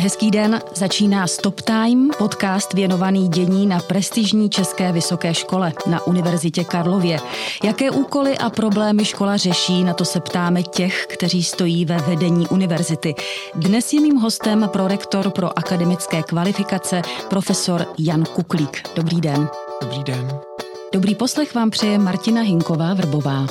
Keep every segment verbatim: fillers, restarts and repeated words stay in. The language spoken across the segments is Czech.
Hezký den, začíná Stop Time, podcast věnovaný dění na prestižní České vysoké škole na Univerzitě Karlově. Jaké úkoly a problémy škola řeší, na to se ptáme těch, kteří stojí ve vedení univerzity. Dnes je mým hostem prorektor pro akademické kvalifikace, profesor Jan Kuklík. Dobrý den. Dobrý den. Dobrý poslech vám přeje Martina Hinková-Vrbová.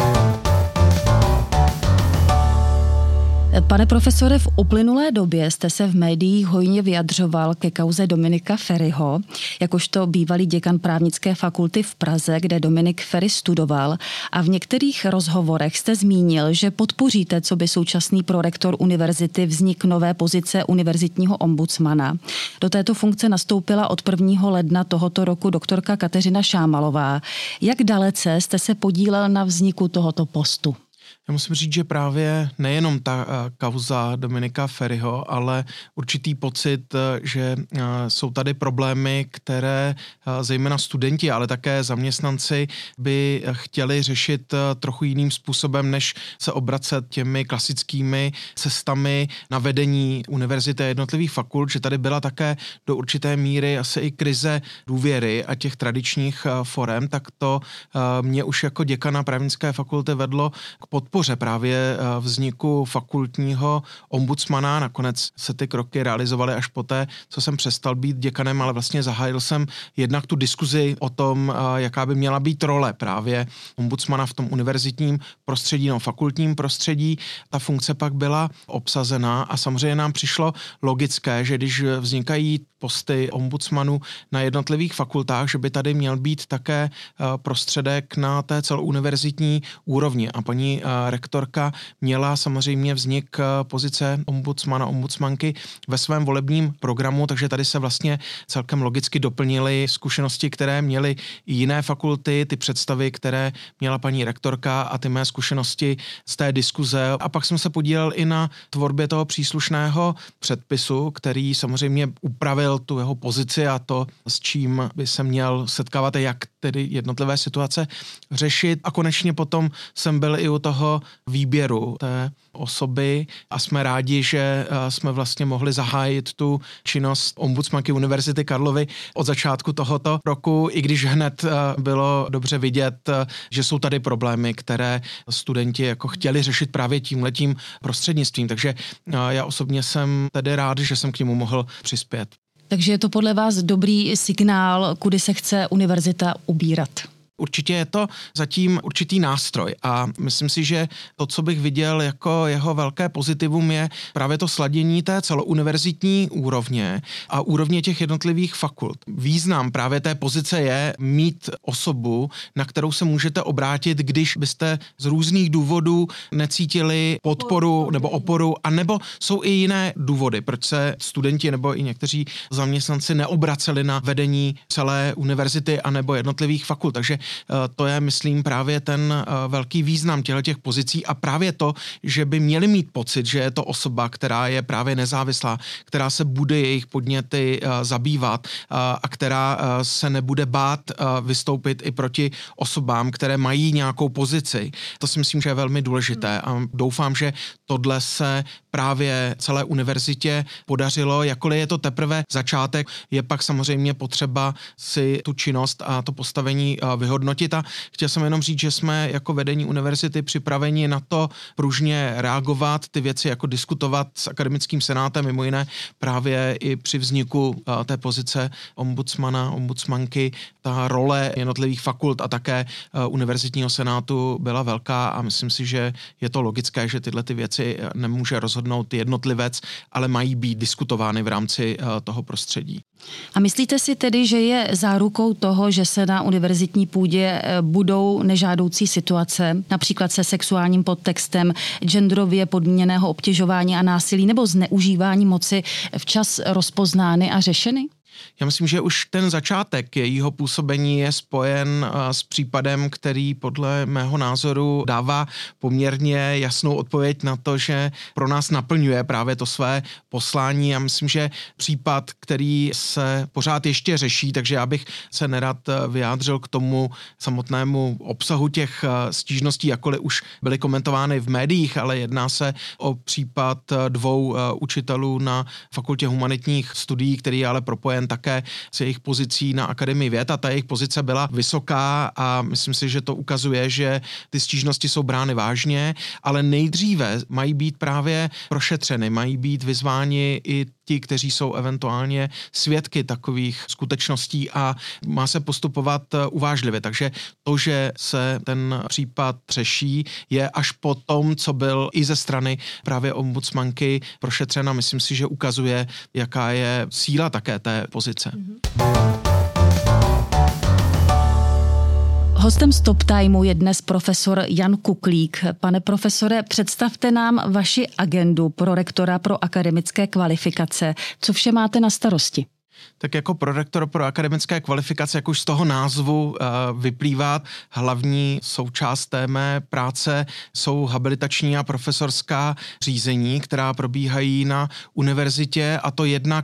Pane profesore, v uplynulé době jste se v médiích hojně vyjadřoval ke kauze Dominika Feriho, jakožto bývalý děkan právnické fakulty v Praze, kde Dominik Feri studoval, a v některých rozhovorech jste zmínil, že podpoříte, co by současný prorektor univerzity, vznik nové pozice univerzitního ombudsmana. Do této funkce nastoupila od prvního ledna tohoto roku doktorka Kateřina Šámalová. Jak dalece jste se podílel na vzniku tohoto postu? Já musím říct, že právě nejenom ta uh, kauza Dominika Feriho, ale určitý pocit, uh, že uh, jsou tady problémy, které uh, zejména studenti, ale také zaměstnanci by chtěli řešit uh, trochu jiným způsobem, než se obracet těmi klasickými cestami na vedení univerzity a jednotlivých fakult, že tady byla také do určité míry asi i krize důvěry a těch tradičních uh, forem, tak to uh, mě už jako děkana právnické fakulty vedlo k podpoře právě vzniku fakultního ombudsmana. Nakonec se ty kroky realizovaly až poté, co jsem přestal být děkanem, ale vlastně zahájil jsem jednak tu diskuzi o tom, jaká by měla být role právě ombudsmana v tom univerzitním prostředí, no fakultním prostředí. Ta funkce pak byla obsazená a samozřejmě nám přišlo logické, že když vznikají posty ombudsmanů na jednotlivých fakultách, že by tady měl být také prostředek na té celouniverzitní úrovni. A paní rektorka měla samozřejmě vznik pozice ombudsmana, ombudsmanky ve svém volebním programu, takže tady se vlastně celkem logicky doplnily zkušenosti, které měly i jiné fakulty, ty představy, které měla paní rektorka a ty mé zkušenosti z té diskuze. A pak jsem se podílel i na tvorbě toho příslušného předpisu, který samozřejmě upravil tu jeho pozici a to, s čím by se měl setkávat a jak tedy jednotlivé situace řešit. A konečně potom jsem byl i u toho výběru té osoby a jsme rádi, že jsme vlastně mohli zahájit tu činnost ombudsmanky Univerzity Karlovy od začátku tohoto roku, i když hned bylo dobře vidět, že jsou tady problémy, které studenti jako chtěli řešit právě tímhletím prostřednictvím. Takže já osobně jsem tedy rád, že jsem k němu mohl přispět. Takže je to podle vás dobrý signál, kudy se chce univerzita ubírat? Určitě je to zatím určitý nástroj a myslím si, že to, co bych viděl jako jeho velké pozitivum, je právě to sladění té celouniverzitní úrovně a úrovně těch jednotlivých fakult. Význam právě té pozice je mít osobu, na kterou se můžete obrátit, když byste z různých důvodů necítili podporu nebo oporu, a nebo jsou i jiné důvody, proč se studenti nebo i někteří zaměstnanci neobraceli na vedení celé univerzity a nebo jednotlivých fakult. Takže to je, myslím, právě ten velký význam těchto pozicí a právě to, že by měli mít pocit, že je to osoba, která je právě nezávislá, která se bude jejich podněty zabývat a která se nebude bát vystoupit i proti osobám, které mají nějakou pozici. To si myslím, že je velmi důležité a doufám, že tohle se právě celé univerzitě podařilo, jakkoliv je to teprve začátek, je pak samozřejmě potřeba si tu činnost a to postavení vyhodnotit. A chtěl jsem jenom říct, že jsme jako vedení univerzity připraveni na to pružně reagovat, ty věci jako diskutovat s akademickým senátem, mimo jiné právě i při vzniku té pozice ombudsmana, ombudsmanky. Ta role jednotlivých fakult a také univerzitního senátu byla velká a myslím si, že je to logické, že tyhle ty věci nemůže rozhodnout jednotlivec, ale mají být diskutovány v rámci toho prostředí. A myslíte si tedy, že je zárukou toho, že se na univerzitní půdě budou nežádoucí situace, například se sexuálním podtextem, genderově podmíněného obtěžování a násilí nebo zneužívání moci, včas rozpoznány a řešeny? Já myslím, že už ten začátek jejího působení je spojen s případem, který podle mého názoru dává poměrně jasnou odpověď na to, že pro nás naplňuje právě to své poslání. Já myslím, že případ, který se pořád ještě řeší, takže já bych se nerad vyjádřil k tomu samotnému obsahu těch stížností, jakkoliv už byly komentovány v médiích, ale jedná se o případ dvou učitelů na Fakultě humanitních studií, který je ale propojen také s jejich pozicí na Akademii věd a ta jejich pozice byla vysoká a myslím si, že to ukazuje, že ty stížnosti jsou brány vážně, ale nejdříve mají být právě prošetřeny, mají být vyzváni i ti, kteří jsou eventuálně svědky takových skutečností a má se postupovat uvážlivě. Takže to, že se ten případ řeší, je až po tom, co byl i ze strany právě ombudsmanky prošetřena. Myslím si, že ukazuje, jaká je síla také té pozice. Hostem Stop Timeu je dnes profesor Jan Kuklík. Pane profesore, představte nám vaši agendu pro rektora pro akademické kvalifikace. Co vše máte na starosti? Tak jako prorektor pro akademické kvalifikace, jak už z toho názvu vyplývá, hlavní součást té mé práce jsou habilitační a profesorská řízení, která probíhají na univerzitě, a to jednak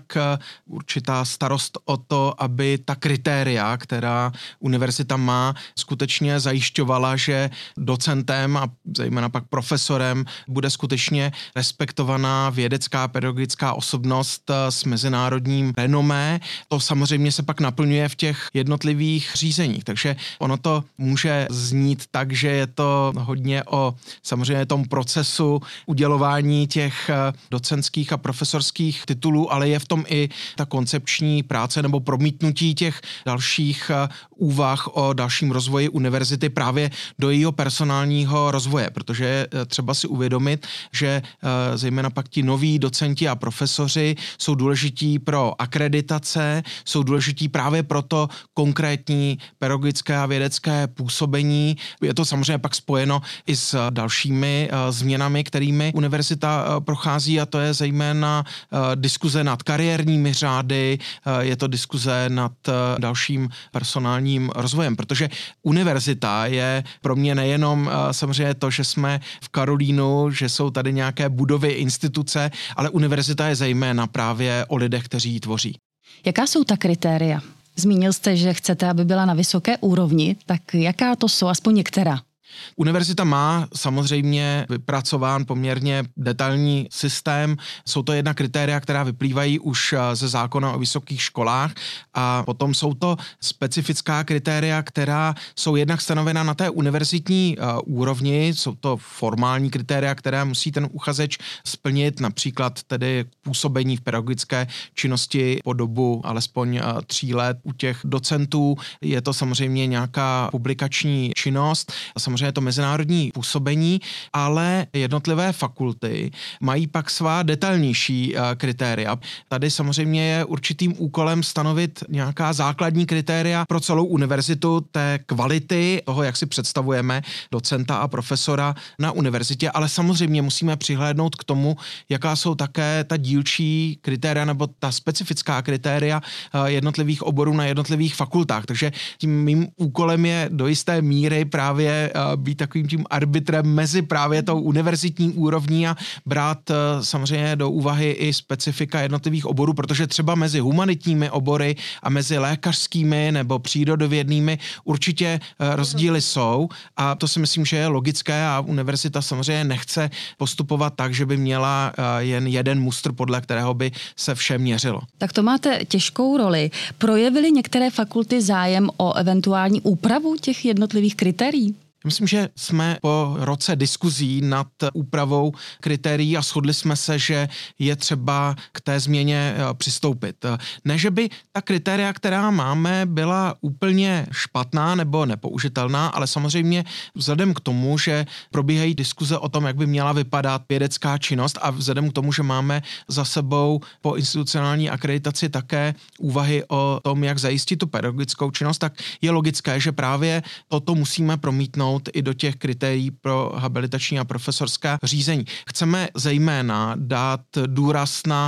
určitá starost o to, aby ta kritéria, která univerzita má, skutečně zajišťovala, že docentem a zejména pak profesorem bude skutečně respektovaná vědecká pedagogická osobnost s mezinárodním renomé. To samozřejmě se pak naplňuje v těch jednotlivých řízeních, takže ono to může znít tak, že je to hodně o samozřejmě tom procesu udělování těch docentských a profesorských titulů, ale je v tom i ta koncepční práce nebo promítnutí těch dalších úvah o dalším rozvoji univerzity právě do jejího personálního rozvoje, protože je třeba si uvědomit, že zejména pak ti noví docenti a profesoři jsou důležití pro akreditace, jsou důležití právě pro to konkrétní pedagogické a vědecké působení. Je to samozřejmě pak spojeno i s dalšími změnami, kterými univerzita prochází, a to je zejména diskuze nad kariérními řády, je to diskuze nad dalším personálním rozvojem, protože univerzita je pro mě nejenom samozřejmě to, že jsme v Karolínu, že jsou tady nějaké budovy, instituce, ale univerzita je zejména právě o lidech, kteří ji tvoří. Jaká jsou ta kritéria? Zmínil jste, že chcete, aby byla na vysoké úrovni, tak jaká to jsou, aspoň některá? Univerzita má samozřejmě vypracován poměrně detailní systém. Jsou to jedna kritéria, která vyplývají už ze zákona o vysokých školách, a potom jsou to specifická kritéria, která jsou jednak stanovena na té univerzitní uh, úrovni. Jsou to formální kritéria, které musí ten uchazeč splnit, například tedy působení v pedagogické činnosti po dobu alespoň uh, tří let u těch docentů. Je to samozřejmě nějaká publikační činnost, samozřejmě je to mezinárodní působení, ale jednotlivé fakulty mají pak svá detailnější kritéria. Tady samozřejmě je určitým úkolem stanovit nějaká základní kritéria pro celou univerzitu té kvality toho, jak si představujeme docenta a profesora na univerzitě, ale samozřejmě musíme přihlédnout k tomu, jaká jsou také ta dílčí kritéria nebo ta specifická kritéria jednotlivých oborů na jednotlivých fakultách. Takže tím mým úkolem je do jisté míry právě být takovým tím arbitrem mezi právě tou univerzitní úrovní a brát samozřejmě do úvahy i specifika jednotlivých oborů, protože třeba mezi humanitními obory a mezi lékařskými nebo přírodovědnými určitě rozdíly jsou, a to si myslím, že je logické, a univerzita samozřejmě nechce postupovat tak, že by měla jen jeden mustr, podle kterého by se vše měřilo. Tak to máte těžkou roli. Projevily některé fakulty zájem o eventuální úpravu těch jednotlivých kritérií? Myslím, že jsme po roce diskuzí nad úpravou kritérií a shodli jsme se, že je třeba k té změně přistoupit. Ne, že by ta kritéria, která máme, byla úplně špatná nebo nepoužitelná, ale samozřejmě vzhledem k tomu, že probíhají diskuze o tom, jak by měla vypadat vědecká činnost, a vzhledem k tomu, že máme za sebou po institucionální akreditaci také úvahy o tom, jak zajistit tu pedagogickou činnost, tak je logické, že právě toto musíme promítnout i do těch kritérií pro habilitační a profesorská řízení. Chceme zejména dát důraz na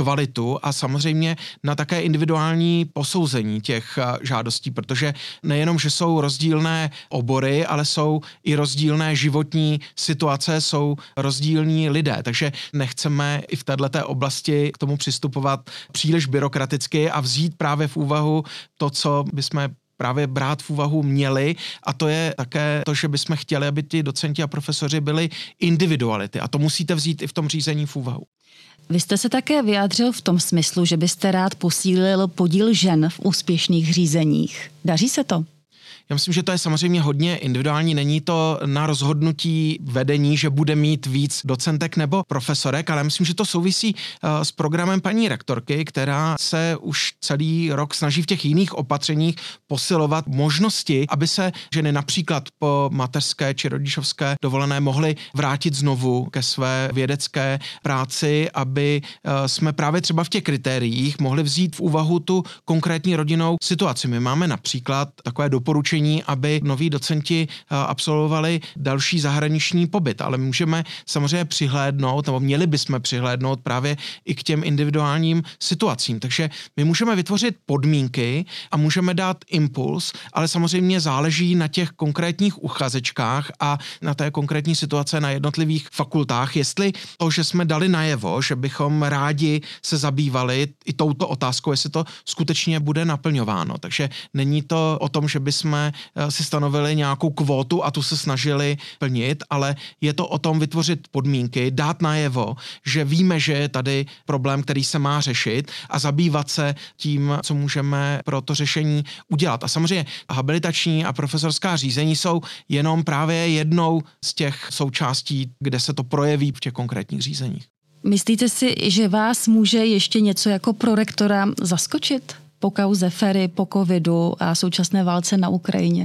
kvalitu a samozřejmě na také individuální posouzení těch žádostí, protože nejenom, že jsou rozdílné obory, ale jsou i rozdílné životní situace, jsou rozdílní lidé, takže nechceme i v této oblasti k tomu přistupovat příliš byrokraticky a vzít právě v úvahu to, co bychom právě brát v úvahu měli, a to je také to, že bychom chtěli, aby ti docenti a profesoři byli individuality a to musíte vzít i v tom řízení v úvahu. Vy jste se také vyjádřil v tom smyslu, že byste rád posílil podíl žen v úspěšných řízeních. Daří se to? Já myslím, že to je samozřejmě hodně individuální, není to na rozhodnutí vedení, že bude mít víc docentek nebo profesorek, ale myslím, že to souvisí uh, s programem paní rektorky, která se už celý rok snaží v těch jiných opatřeních posilovat možnosti, aby se ženy například po mateřské či rodičovské dovolené mohly vrátit znovu ke své vědecké práci, aby uh, jsme právě třeba v těch kritériích mohli vzít v úvahu tu konkrétní rodinnou situaci. My máme například takové doporučení, aby noví docenti absolvovali další zahraniční pobyt, ale můžeme samozřejmě přihlédnout, nebo měli bychom přihlédnout právě i k těm individuálním situacím. Takže my můžeme vytvořit podmínky a můžeme dát impuls, ale samozřejmě záleží na těch konkrétních uchazečkách a na té konkrétní situace na jednotlivých fakultách, jestli to, že jsme dali najevo, že bychom rádi se zabývali i touto otázkou, jestli to skutečně bude naplňováno. Takže není to o tom, že bychom si stanovili nějakou kvótu a tu se snažili plnit, ale je to o tom vytvořit podmínky, dát najevo, že víme, že je tady problém, který se má řešit a zabývat se tím, co můžeme pro to řešení udělat. A samozřejmě habilitační a profesorská řízení jsou jenom právě jednou z těch součástí, kde se to projeví v těch konkrétních řízeních. Myslíte si, že vás může ještě něco jako prorektora zaskočit po kauze Feri, po covidu a současné válce na Ukrajině?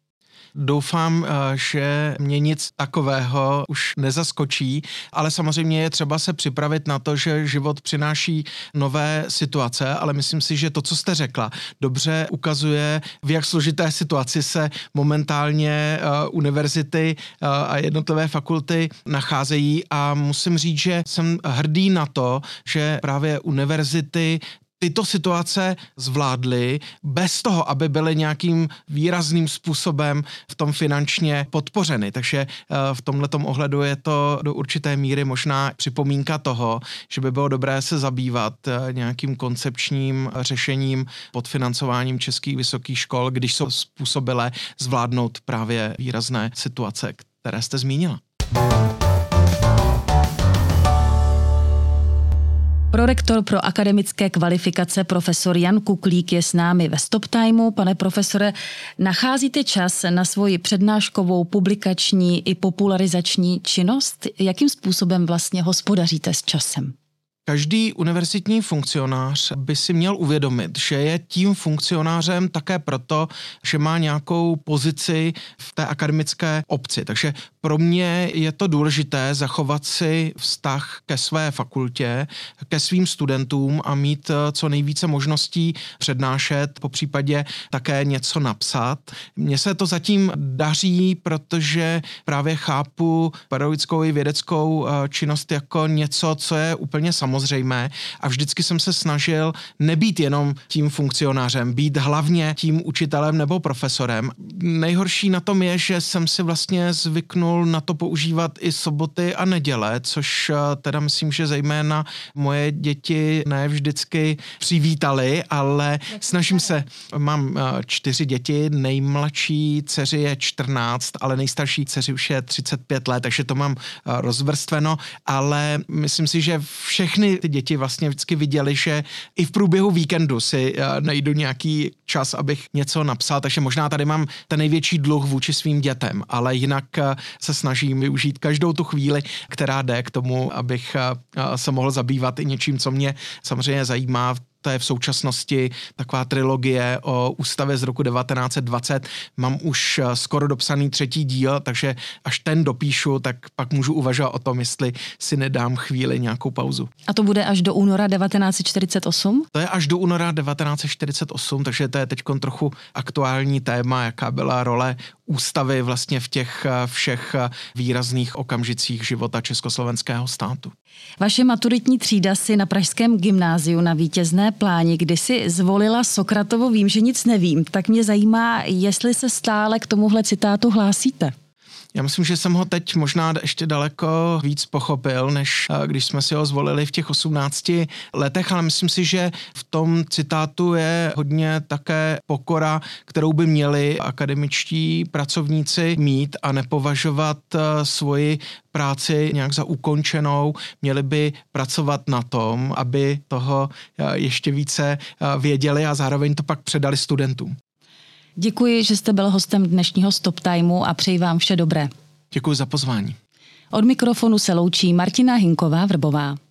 Doufám, že mě nic takového už nezaskočí, ale samozřejmě je třeba se připravit na to, že život přináší nové situace, ale myslím si, že to, co jste řekla, dobře ukazuje, v jak složité situaci se momentálně uh, univerzity uh, a jednotlivé fakulty nacházejí a musím říct, že jsem hrdý na to, že právě univerzity tyto situace zvládly bez toho, aby byly nějakým výrazným způsobem v tom finančně podpořeny. Takže v tomhletom ohledu je to do určité míry možná připomínka toho, že by bylo dobré se zabývat nějakým koncepčním řešením podfinancováním českých vysokých škol, když jsou způsobilé zvládnout právě výrazné situace, které jste zmínila. Prorektor pro akademické kvalifikace profesor Jan Kuklík je s námi ve Stop Timeu. Pane profesore, nacházíte čas na svoji přednáškovou, publikační i popularizační činnost? Jakým způsobem vlastně hospodaříte s časem? Každý univerzitní funkcionář by si měl uvědomit, že je tím funkcionářem také proto, že má nějakou pozici v té akademické obci. Takže pro mě je to důležité zachovat si vztah ke své fakultě, ke svým studentům a mít co nejvíce možností přednášet, popřípadě také něco napsat. Mně se to zatím daří, protože právě chápu pedagogickou i vědeckou činnost jako něco, co je úplně samozřejmé. Samozřejmé a vždycky jsem se snažil nebýt jenom tím funkcionářem, být hlavně tím učitelem nebo profesorem. Nejhorší na tom je, že jsem si vlastně zvyknul na to používat i soboty a neděle, což teda myslím, že zejména moje děti ne vždycky přivítali, ale snažím se, mám čtyři děti, nejmladší dceři je čtrnáct, ale nejstarší dceři už je třicet pět let, takže to mám rozvrstveno, ale myslím si, že všechny ty děti vlastně vždycky viděli, že i v průběhu víkendu si uh, najdu nějaký čas, abych něco napsal, takže možná tady mám ten největší dluh vůči svým dětem, ale jinak uh, se snažím využít každou tu chvíli, která jde k tomu, abych uh, se mohl zabývat i něčím, co mě samozřejmě zajímá, to je v současnosti taková trilogie o ústavě z roku devatenáct set dvacet. Mám už skoro dopsaný třetí díl, takže až ten dopíšu, tak pak můžu uvažovat o tom, jestli si nedám chvíli nějakou pauzu. A to bude až do února devatenáct set čtyřicet osm? To je až do února devatenáct set čtyřicet osm, takže to je teď trochu aktuální téma, jaká byla role ústavy vlastně v těch všech výrazných okamžicích života československého státu. Vaše maturitní třída si na pražském gymnáziu na Vítězné pláni kdysi zvolila Sokratovo Vím, že nic nevím. Tak mě zajímá, jestli se stále k tomuhle citátu hlásíte. Já myslím, že jsem ho teď možná ještě daleko víc pochopil, než když jsme si ho zvolili v těch osmnácti letech, ale myslím si, že v tom citátu je hodně také pokora, kterou by měli akademičtí pracovníci mít a nepovažovat svoji práci nějak za ukončenou. Měli by pracovat na tom, aby toho ještě více věděli a zároveň to pak předali studentům. Děkuji, že jste byl hostem dnešního Stop Timeu a přeji vám vše dobré. Děkuji za pozvání. Od mikrofonu se loučí Martina Hinková-Vrbová.